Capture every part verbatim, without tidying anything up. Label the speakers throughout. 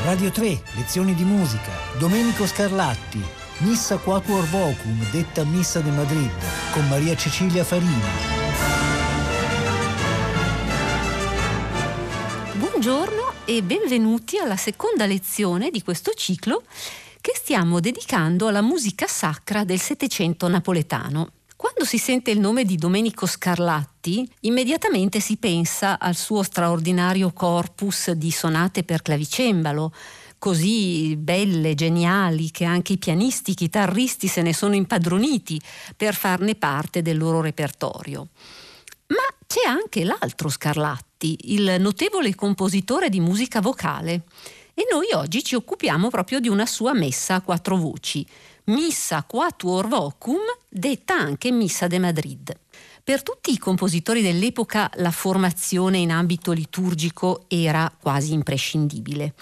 Speaker 1: Radio tre, lezioni di musica. Domenico Scarlatti, Missa Quatuor Vocum, detta Missa de Madrid, con Maria Cecilia Farini.
Speaker 2: Buongiorno e benvenuti alla seconda lezione di questo ciclo che stiamo dedicando alla musica sacra del Settecento napoletano. Quando si sente il nome di Domenico Scarlatti, immediatamente si pensa al suo straordinario corpus di sonate per clavicembalo, così belle, geniali, che anche i pianisti, i chitarristi se ne sono impadroniti per farne parte del loro repertorio. Ma c'è anche l'altro Scarlatti, il notevole compositore di musica vocale, e noi oggi ci occupiamo proprio di una sua messa a quattro voci, Missa Quatuor Vocum, detta anche Missa de Madrid. Per tutti i compositori dell'epoca la formazione in ambito liturgico era quasi imprescindibile.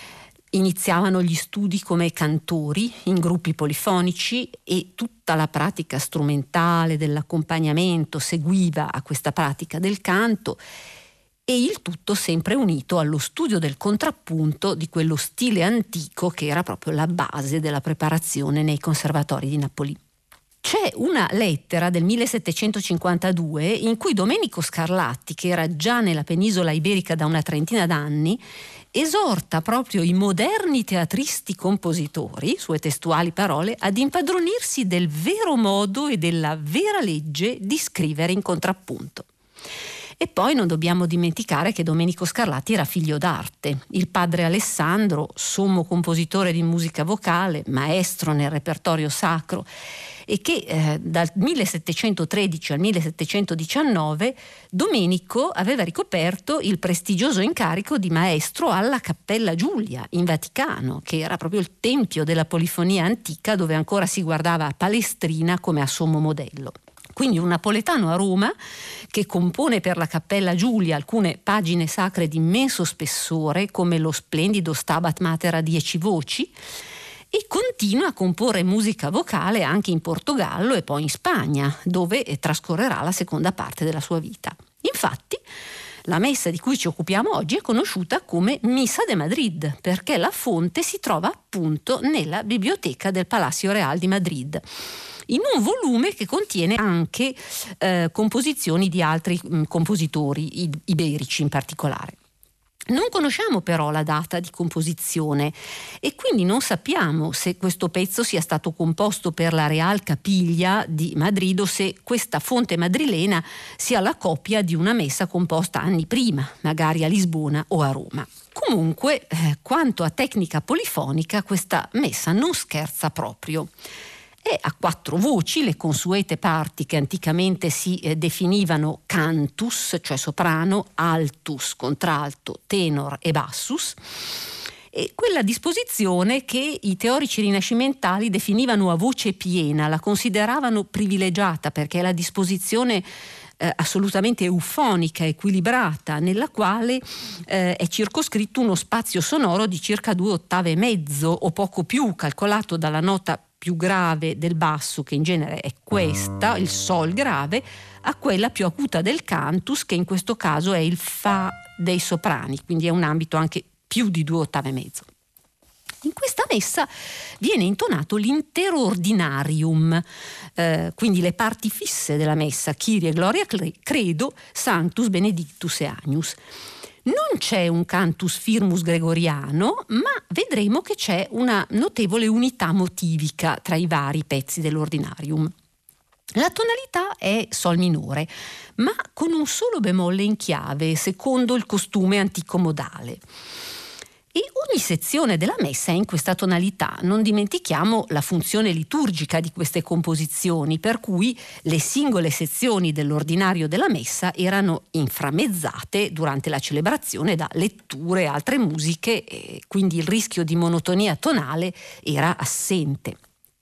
Speaker 2: Iniziavano gli studi come cantori in gruppi polifonici e tutta la pratica strumentale dell'accompagnamento seguiva a questa pratica del canto, e il tutto sempre unito allo studio del contrappunto di quello stile antico che era proprio la base della preparazione nei conservatori di Napoli. C'è una lettera del millesettecentocinquantadue in cui Domenico Scarlatti, che era già nella penisola iberica da una trentina d'anni, esorta proprio i moderni teatristi compositori, sue testuali parole, ad impadronirsi del vero modo e della vera legge di scrivere in contrappunto. E poi non dobbiamo dimenticare che Domenico Scarlatti era figlio d'arte. Il padre Alessandro, sommo compositore di musica vocale, maestro nel repertorio sacro, e che eh, dal millesettecentotredici al millesettecentodiciannove Domenico aveva ricoperto il prestigioso incarico di maestro alla Cappella Giulia in Vaticano, che era proprio il tempio della polifonia antica dove ancora si guardava a Palestrina come a sommo modello. Quindi un napoletano a Roma che compone per la Cappella Giulia alcune pagine sacre di immenso spessore, come lo splendido Stabat Mater a dieci voci, e continua a comporre musica vocale anche in Portogallo e poi in Spagna, dove trascorrerà la seconda parte della sua vita. Infatti, la messa di cui ci occupiamo oggi è conosciuta come Missa de Madrid, perché la fonte si trova appunto nella biblioteca del Palacio Real di Madrid, in un volume che contiene anche eh, composizioni di altri mh, compositori i- iberici in particolare. Non conosciamo però la data di composizione e quindi non sappiamo se questo pezzo sia stato composto per la Real Capilla di Madrid o se questa fonte madrilena sia la copia di una messa composta anni prima, magari a Lisbona o a Roma. Comunque, eh, quanto a tecnica polifonica, questa messa non scherza proprio. È a quattro voci, le consuete parti che anticamente si eh, definivano cantus, cioè soprano, altus, contralto, tenor e bassus, e quella disposizione che i teorici rinascimentali definivano a voce piena, la consideravano privilegiata perché è la disposizione Eh, assolutamente eufonica, equilibrata, nella quale eh, è circoscritto uno spazio sonoro di circa due ottave e mezzo o poco più, calcolato dalla nota più grave del basso, che in genere è questa, il sol grave, a quella più acuta del cantus, che in questo caso è il fa dei soprani, quindi è un ambito anche più di due ottave e mezzo. In questa messa viene intonato l'intero ordinarium, eh, quindi le parti fisse della messa, Kyrie, Gloria, Credo, Sanctus, Benedictus e Agnus. Non c'è un cantus firmus gregoriano, ma vedremo che c'è una notevole unità motivica tra i vari pezzi dell'ordinarium. La tonalità è sol minore, ma con un solo bemolle in chiave, secondo il costume antico modale. E ogni sezione della messa è in questa tonalità. Non dimentichiamo la funzione liturgica di queste composizioni, per cui le singole sezioni dell'ordinario della messa erano inframmezzate durante la celebrazione da letture e altre musiche, e quindi il rischio di monotonia tonale era assente.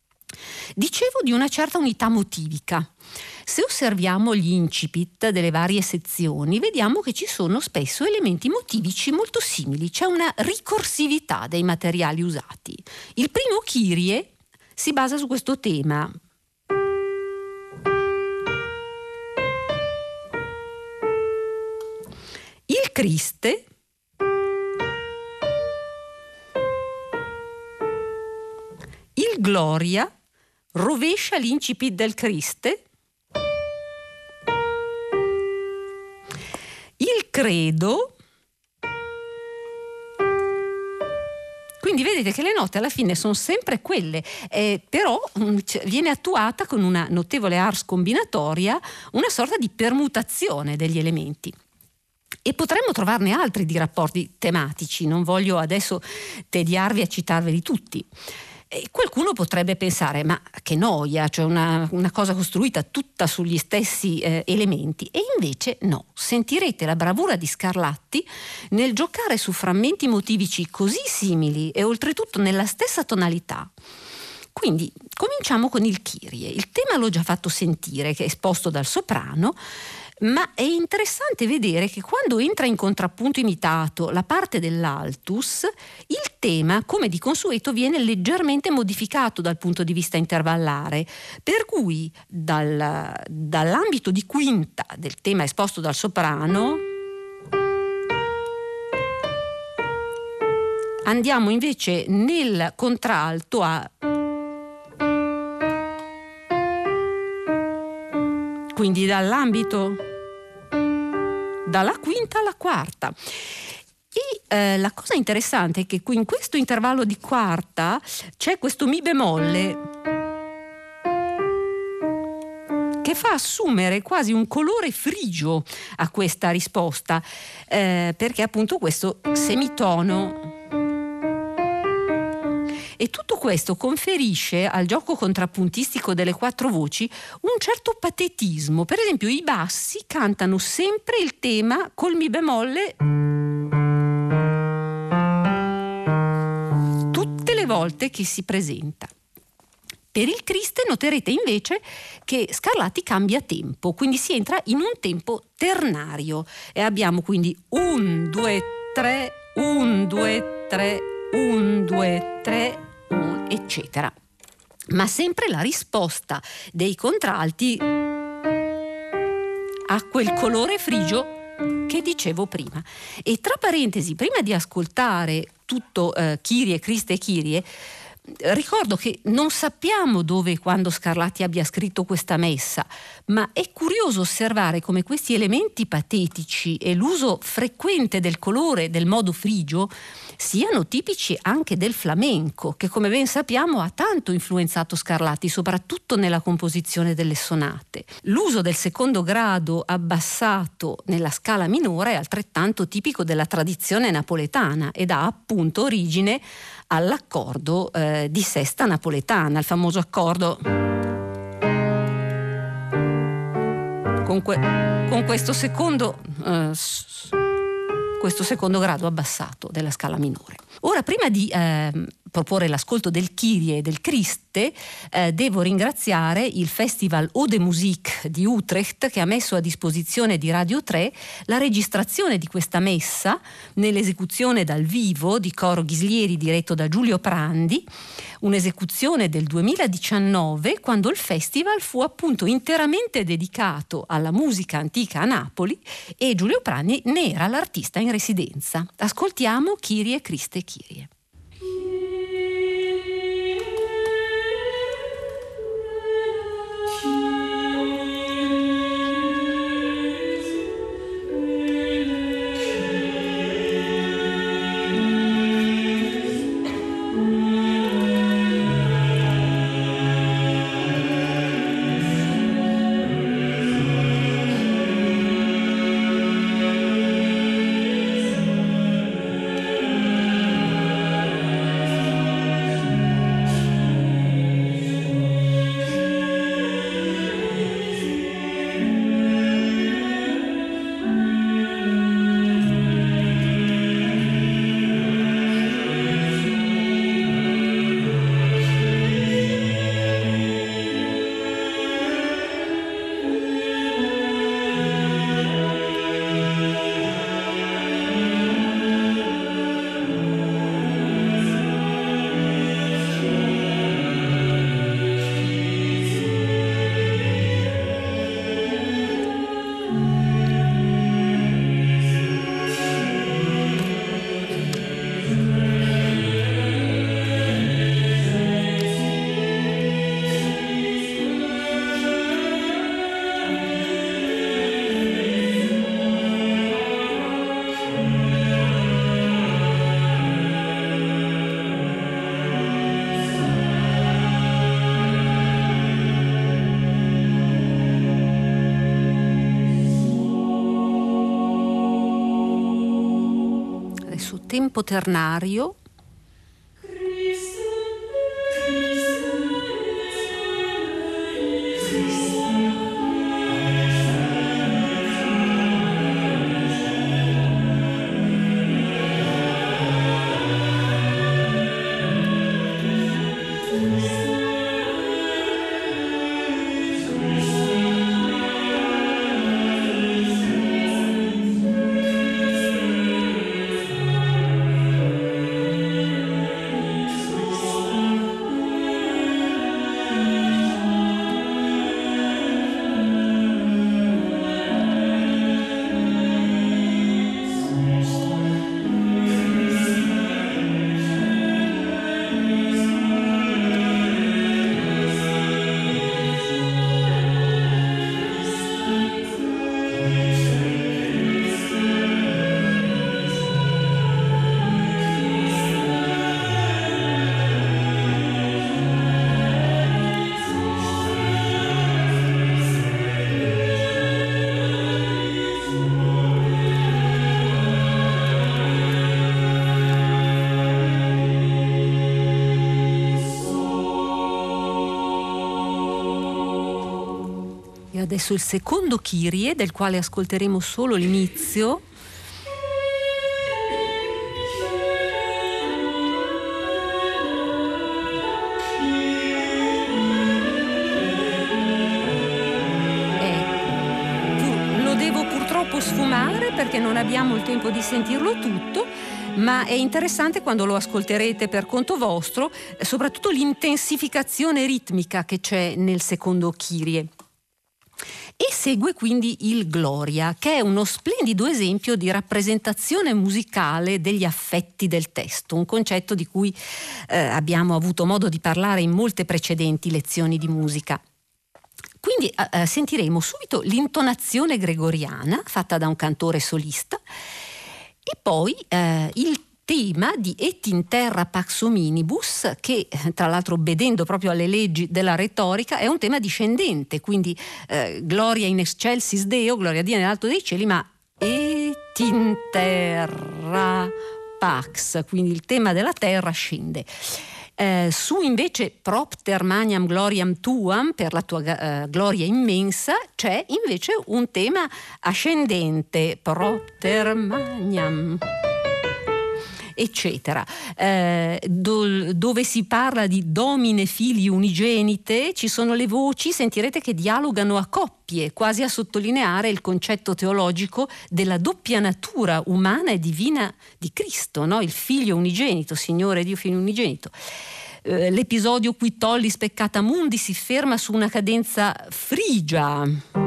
Speaker 2: Dicevo di una certa unità motivica. Se osserviamo gli incipit delle varie sezioni, vediamo che ci sono spesso elementi motivici molto simili, c'è una ricorsività dei materiali usati. Il primo Kyrie si basa su questo tema. Il Christe Gloria rovescia l'incipit del Criste. Il Credo. Quindi vedete che le note alla fine sono sempre quelle, eh, però mh, viene attuata con una notevole ars combinatoria, una sorta di permutazione degli elementi. E potremmo trovarne altri di rapporti tematici, non voglio adesso tediarvi a citarveli tutti. E qualcuno potrebbe pensare, ma che noia, cioè una, una cosa costruita tutta sugli stessi eh, elementi. E invece no, sentirete la bravura di Scarlatti nel giocare su frammenti motivici così simili e oltretutto nella stessa tonalità. Quindi cominciamo con il Kyrie. Il tema l'ho già fatto sentire, che è esposto dal soprano, ma è interessante vedere che quando entra in contrappunto imitato la parte dell'altus, il tema, come di consueto, viene leggermente modificato dal punto di vista intervallare, per cui dal, dall'ambito di quinta del tema esposto dal soprano andiamo invece nel contralto a quindi dall'ambito dalla quinta alla quarta. E eh, la cosa interessante è che qui in questo intervallo di quarta c'è questo mi bemolle che fa assumere quasi un colore frigio a questa risposta, eh, perché appunto questo semitono. E tutto questo conferisce al gioco contrappuntistico delle quattro voci un certo patetismo. Per esempio, i bassi cantano sempre il tema col mi bemolle tutte le volte che si presenta. Per il Criste noterete invece che Scarlatti cambia tempo, quindi si entra in un tempo ternario e abbiamo quindi un, due, tre, un, due, tre, un, due, tre, un, eccetera. Ma sempre la risposta dei contralti a quel colore frigio che dicevo prima. E tra parentesi, prima di ascoltare tutto eh, Kyrie, Criste e Kyrie, ricordo che non sappiamo dove e quando Scarlatti abbia scritto questa messa, ma è curioso osservare come questi elementi patetici e l'uso frequente del colore del modo frigio siano tipici anche del flamenco, che come ben sappiamo ha tanto influenzato Scarlatti, soprattutto nella composizione delle sonate. L'uso del secondo grado abbassato nella scala minore è altrettanto tipico della tradizione napoletana ed ha appunto origine all'accordo eh, di sesta napoletana, il famoso accordo con, que- con questo secondo eh, questo secondo grado abbassato della scala minore. Ora, prima di eh, proporre l'ascolto del Kyrie e del Criste, eh, devo ringraziare il Festival Eau de Musique di Utrecht, che ha messo a disposizione di Radio tre la registrazione di questa messa nell'esecuzione dal vivo di Coro Ghislieri diretto da Giulio Prandi, un'esecuzione del duemiladiciannove, quando il festival fu appunto interamente dedicato alla musica antica a Napoli e Giulio Prandi ne era l'artista in residenza. Ascoltiamo Kyrie, Criste e Kyrie.
Speaker 3: Thank you.
Speaker 2: tempo ternario. Adesso il secondo Kyrie, del quale ascolteremo solo l'inizio. Eh, lo devo purtroppo sfumare perché non abbiamo il tempo di sentirlo tutto, ma è interessante quando lo ascolterete per conto vostro, soprattutto l'intensificazione ritmica che c'è nel secondo Kyrie. E segue quindi il Gloria, che è uno splendido esempio di rappresentazione musicale degli affetti del testo, un concetto di cui eh, abbiamo avuto modo di parlare in molte precedenti lezioni di musica. Quindi eh, sentiremo subito l'intonazione gregoriana fatta da un cantore solista e poi eh, il tema di Et in terra pax hominibus, che tra l'altro, obbedendo proprio alle leggi della retorica, è un tema discendente, quindi eh, gloria in excelsis Deo, gloria a Dio nell'alto dei cieli, ma et in terra pax, quindi il tema della terra scende. Eh, su invece propter magnam gloriam tuam, per la tua eh, gloria immensa, c'è invece un tema ascendente, propter magnam, eccetera, eh, do, dove si parla di Domine Filii Unigenite. Ci sono le voci, sentirete, che dialogano a coppie, quasi a sottolineare il concetto teologico della doppia natura umana e divina di Cristo, no? Il Figlio unigenito, Signore Dio Figlio unigenito. Eh, l'episodio qui tollis peccata mundi si ferma su una cadenza frigia.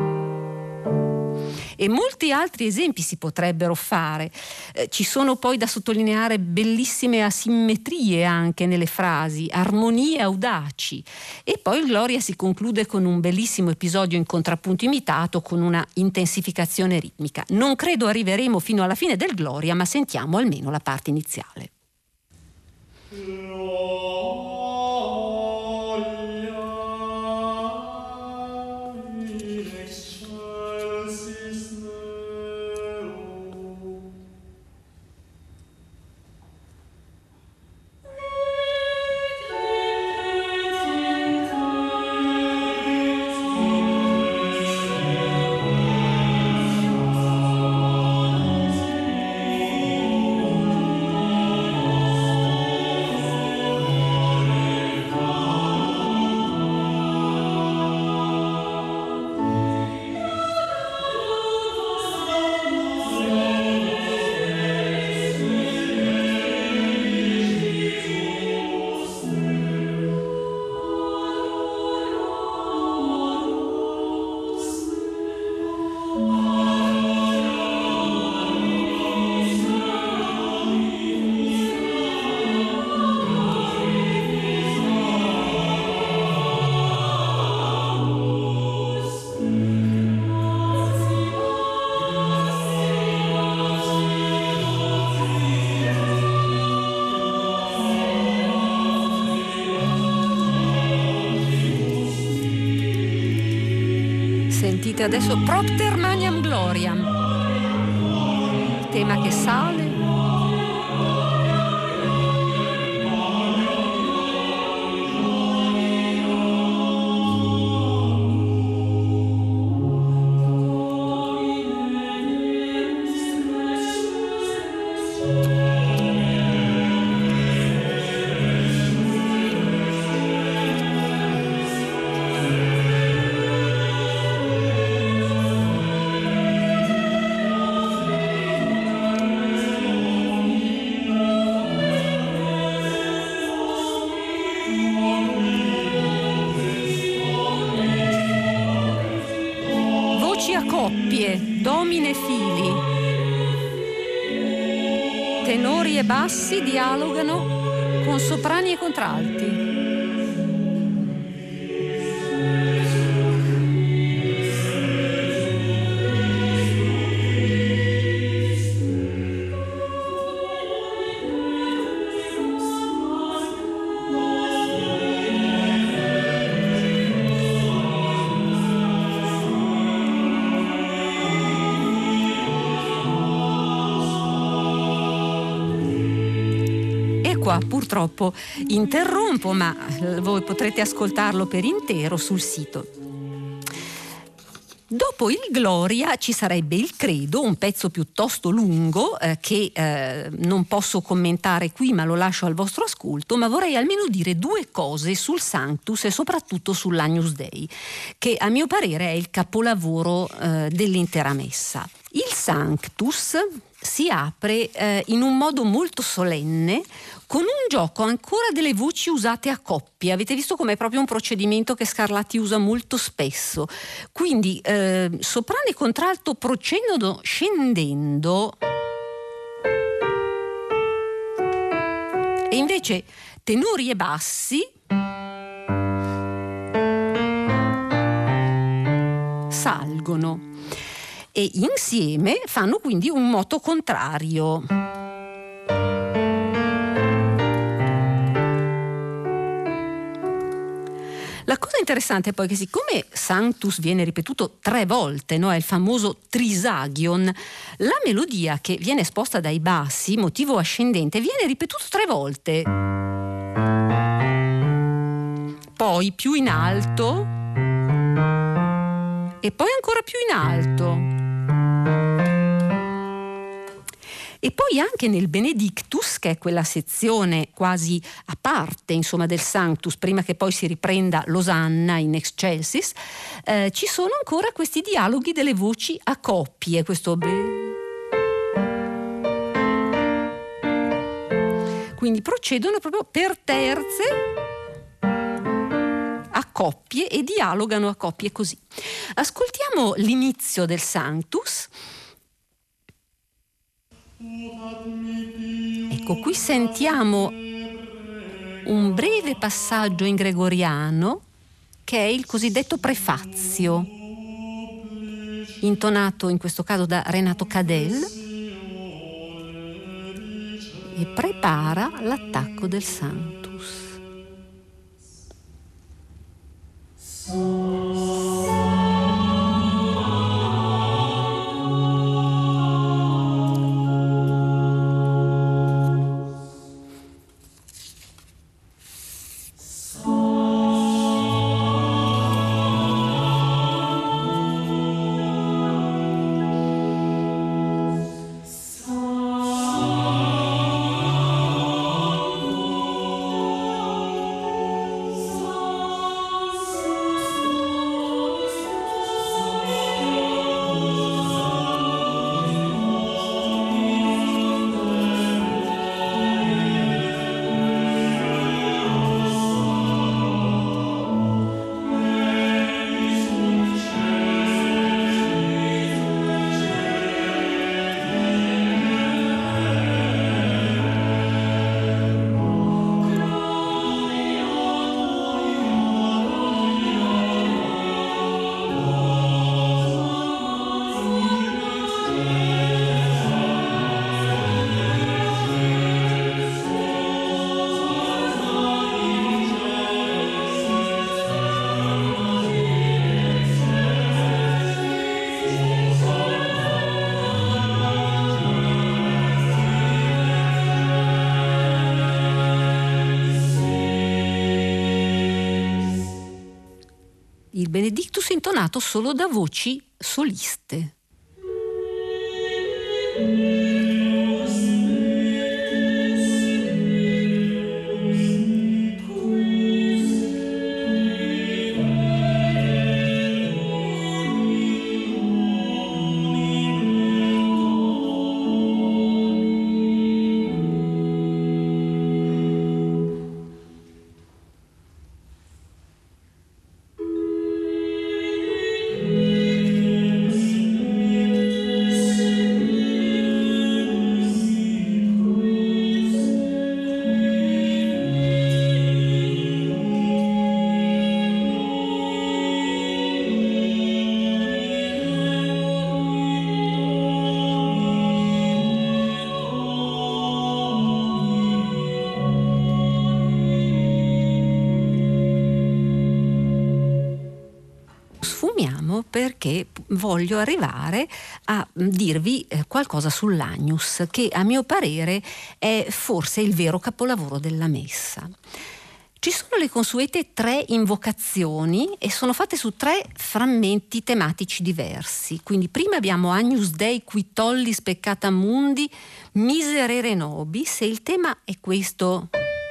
Speaker 2: E molti altri esempi si potrebbero fare. Eh, ci sono poi da sottolineare bellissime asimmetrie anche nelle frasi, armonie audaci. E poi il Gloria si conclude con un bellissimo episodio in contrappunto imitato con una intensificazione ritmica. Non credo arriveremo fino alla fine del Gloria, ma sentiamo almeno la parte iniziale. Sentite adesso Propter Magnam Gloriam, il tema che sale. Domine fili, tenori e bassi dialogano con soprani e contralti. Qua purtroppo interrompo, ma voi potrete ascoltarlo per intero sul sito. Dopo il Gloria ci sarebbe il Credo, un pezzo piuttosto lungo eh, che eh, non posso commentare qui, ma lo lascio al vostro ascolto, ma vorrei almeno dire due cose sul Sanctus e soprattutto sull'Agnus Dei, che a mio parere è il capolavoro eh, dell'intera messa. Il Sanctus si apre eh, in un modo molto solenne con un gioco ancora delle voci usate a coppie. Avete visto com'è proprio un procedimento che Scarlatti usa molto spesso. Quindi eh, soprano e contralto procedono scendendo e invece tenori e bassi salgono e insieme fanno quindi un moto contrario. La cosa interessante è poi che siccome Sanctus viene ripetuto tre volte, no? È il famoso trisagion, la melodia che viene esposta dai bassi, motivo ascendente, viene ripetuto tre volte. Poi più in alto e poi ancora più in alto. E poi anche nel Benedictus, che è quella sezione quasi a parte, insomma, del Sanctus, prima che poi si riprenda l'Osanna in Excelsis, eh, ci sono ancora questi dialoghi delle voci a coppie, questo be... Quindi procedono proprio per terze a coppie e dialogano a coppie così. Ascoltiamo l'inizio del Sanctus. Ecco, qui sentiamo un breve passaggio in gregoriano che è il cosiddetto prefazio, intonato in questo caso da Renato Cadel, e prepara l'attacco del Sanctus. Il Benedictus intonato solo da voci soliste. perché voglio arrivare a dirvi qualcosa sull'Agnus, che a mio parere è forse il vero capolavoro della messa. Ci sono le consuete tre invocazioni e sono fatte su tre frammenti tematici diversi. Quindi prima abbiamo Agnus Dei qui tollis peccata mundi miserere nobis, e il tema è questo.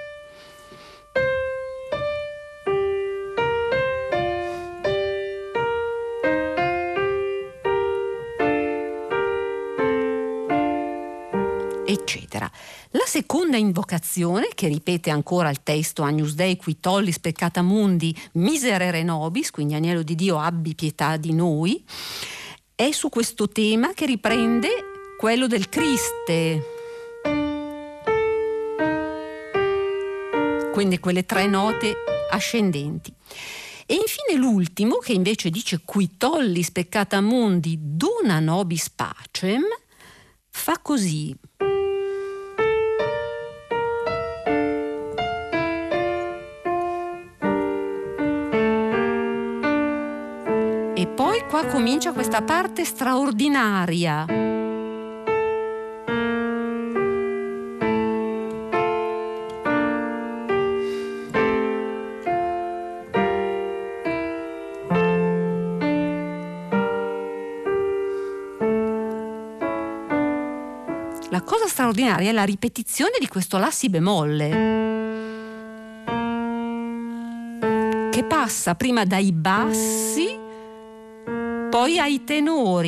Speaker 2: Eccetera. La seconda invocazione, che ripete ancora il testo Agnus Dei qui tollis peccata mundi miserere nobis, quindi agnello di Dio abbi pietà di noi, è su questo tema che riprende quello del Criste. Quindi quelle tre note ascendenti. E infine l'ultimo, che invece dice qui tollis peccata mundi dona nobis pacem, fa così. E poi qua comincia questa parte straordinaria. La cosa straordinaria è la ripetizione di questo La si bemolle, che passa prima dai bassi, poi ai tenori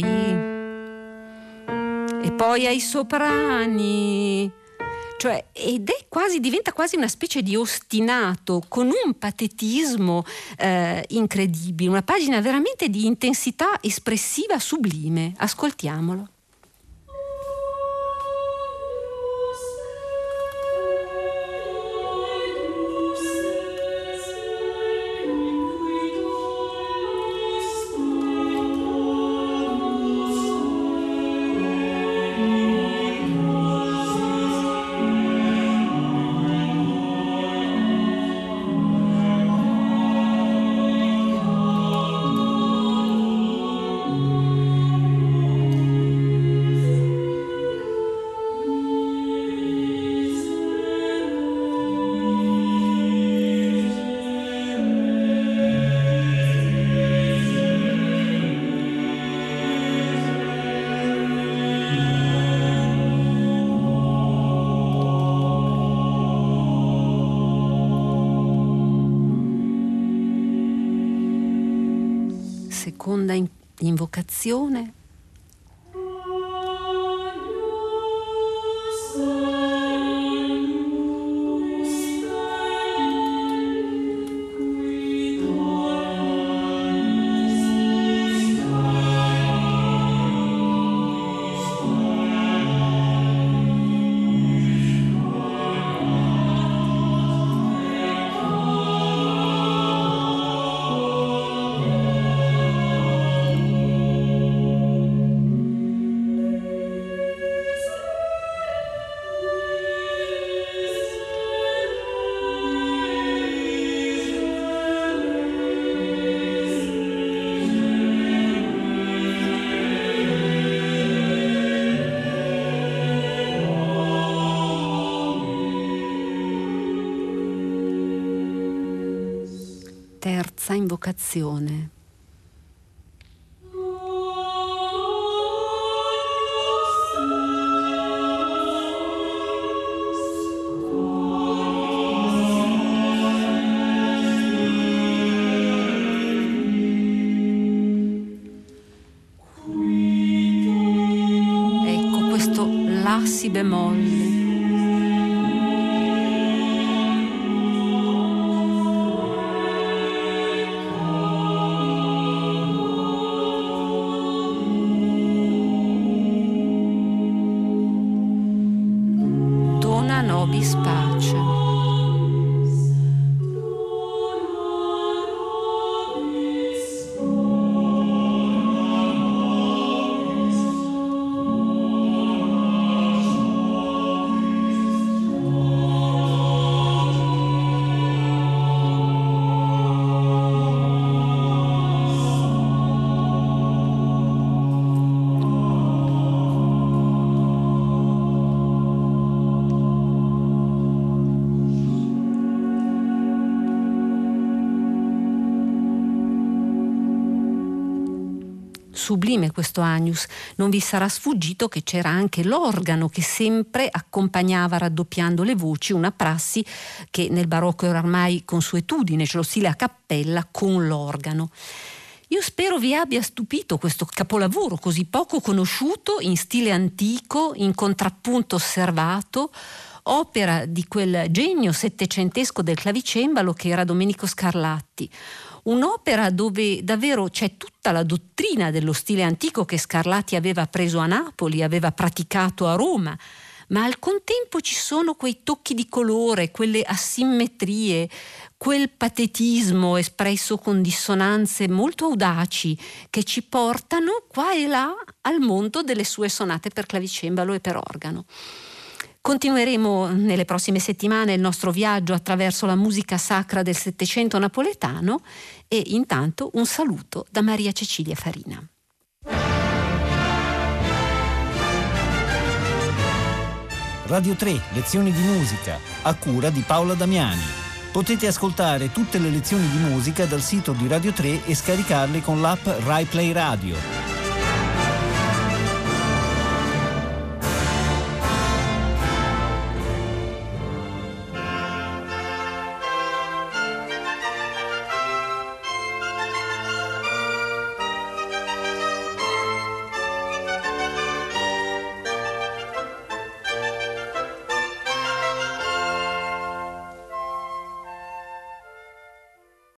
Speaker 2: e poi ai soprani, cioè, ed è quasi, diventa quasi una specie di ostinato con un patetismo eh, incredibile, una pagina veramente di intensità espressiva sublime. Ascoltiamolo. Seconda invocazione. Terza invocazione. Ecco questo La si bemolle. Nobis pace. sublime questo Agnus. Non vi sarà sfuggito che c'era anche l'organo che sempre accompagnava raddoppiando le voci, una prassi che nel barocco era ormai consuetudine, cioè lo stile a cappella con l'organo. Io spero vi abbia stupito questo capolavoro così poco conosciuto, in stile antico, in contrappunto osservato, opera di quel genio settecentesco del clavicembalo che era Domenico Scarlatti. Un'opera dove davvero c'è tutta la dottrina dello stile antico che Scarlatti aveva preso a Napoli, aveva praticato a Roma, ma al contempo ci sono quei tocchi di colore, quelle asimmetrie, quel patetismo espresso con dissonanze molto audaci che ci portano qua e là al mondo delle sue sonate per clavicembalo e per organo. Continueremo nelle prossime settimane il nostro viaggio attraverso la musica sacra del Settecento napoletano e intanto un saluto da Maria Cecilia Farina.
Speaker 1: Radio tre, lezioni di musica, a cura di Paola Damiani. Potete ascoltare tutte le lezioni di musica dal sito di Radio tre e scaricarle con l'app Rai Play Radio.